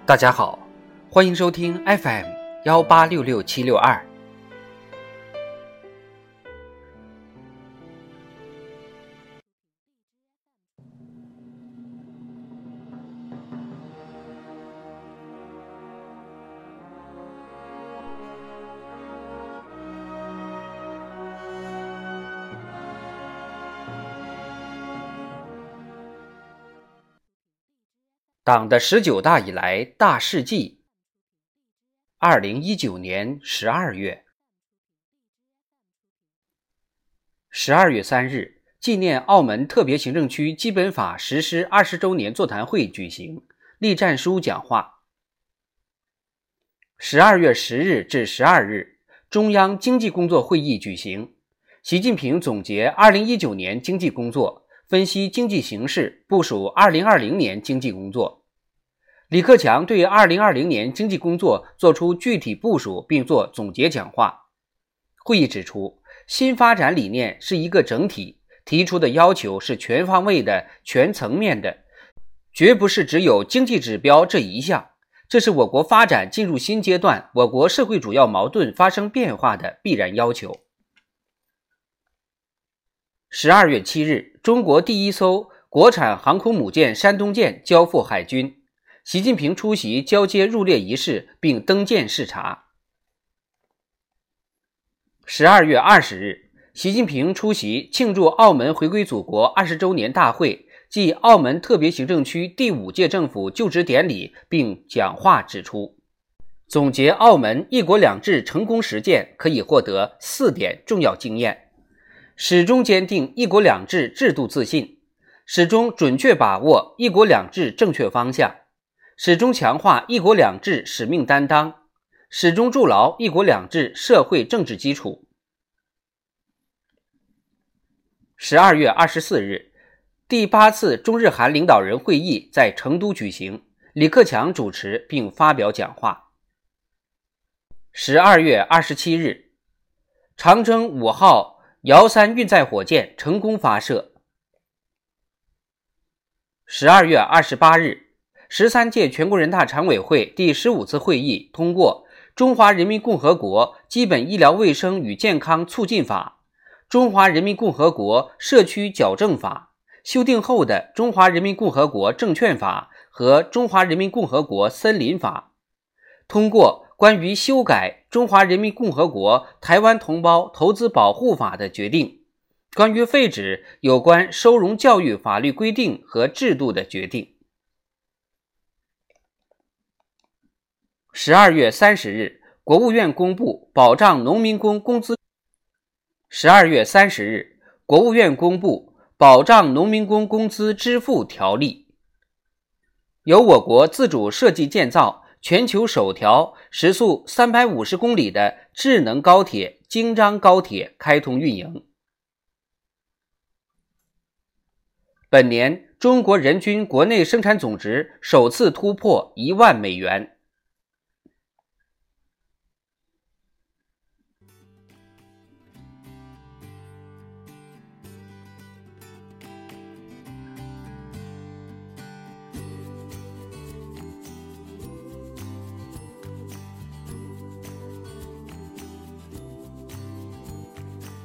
大家好，欢迎收听 FM1866762。党的19大以来大事记。2019年12月，12月3日，纪念澳门特别行政区基本法实施20周年座谈会举行，栗战书讲话。12月10日至12日，中央经济工作会议举行，习近平总结2019年经济工作，分析经济形势，部署2020年经济工作。李克强对2020年经济工作作出具体部署并作总结讲话。会议指出，新发展理念是一个整体，提出的要求是全方位的、全层面的，绝不是只有经济指标这一项，这是我国发展进入新阶段，我国社会主要矛盾发生变化的必然要求。12月7日，中国第一艘国产航空母舰山东舰交付海军，习近平出席交接入列仪式并登舰视察。12月20日，习近平出席庆祝澳门回归祖国20周年大会暨澳门特别行政区第5届政府就职典礼并讲话指出，总结澳门一国两制成功实践可以获得4点重要经验：始终坚定一国两制制度自信，始终准确把握一国两制正确方向，始终强化一国两制使命担当，始终筑牢一国两制社会政治基础。12月24日，第8次中日韩领导人会议在成都举行，李克强主持并发表讲话。12月27日，长征5号遥3运载火箭成功发射。12月28日，13届全国人大常委会第15次会议通过《中华人民共和国基本医疗卫生与健康促进法》、《中华人民共和国社区矫正法》、修订后的《中华人民共和国证券法》和《中华人民共和国森林法》，通过关于修改《中华人民共和国台湾同胞投资保护法》的决定，关于废止有关收容教育法律规定和制度的决定。12月30日，国务院公布保障农民工工资。12月30日，国务院公布保障农民工工资支付条例，由我国自主设计建造全球首条时速350公里的智能高铁京张高铁开通运营。本年中国人均国内生产总值首次突破1万美元。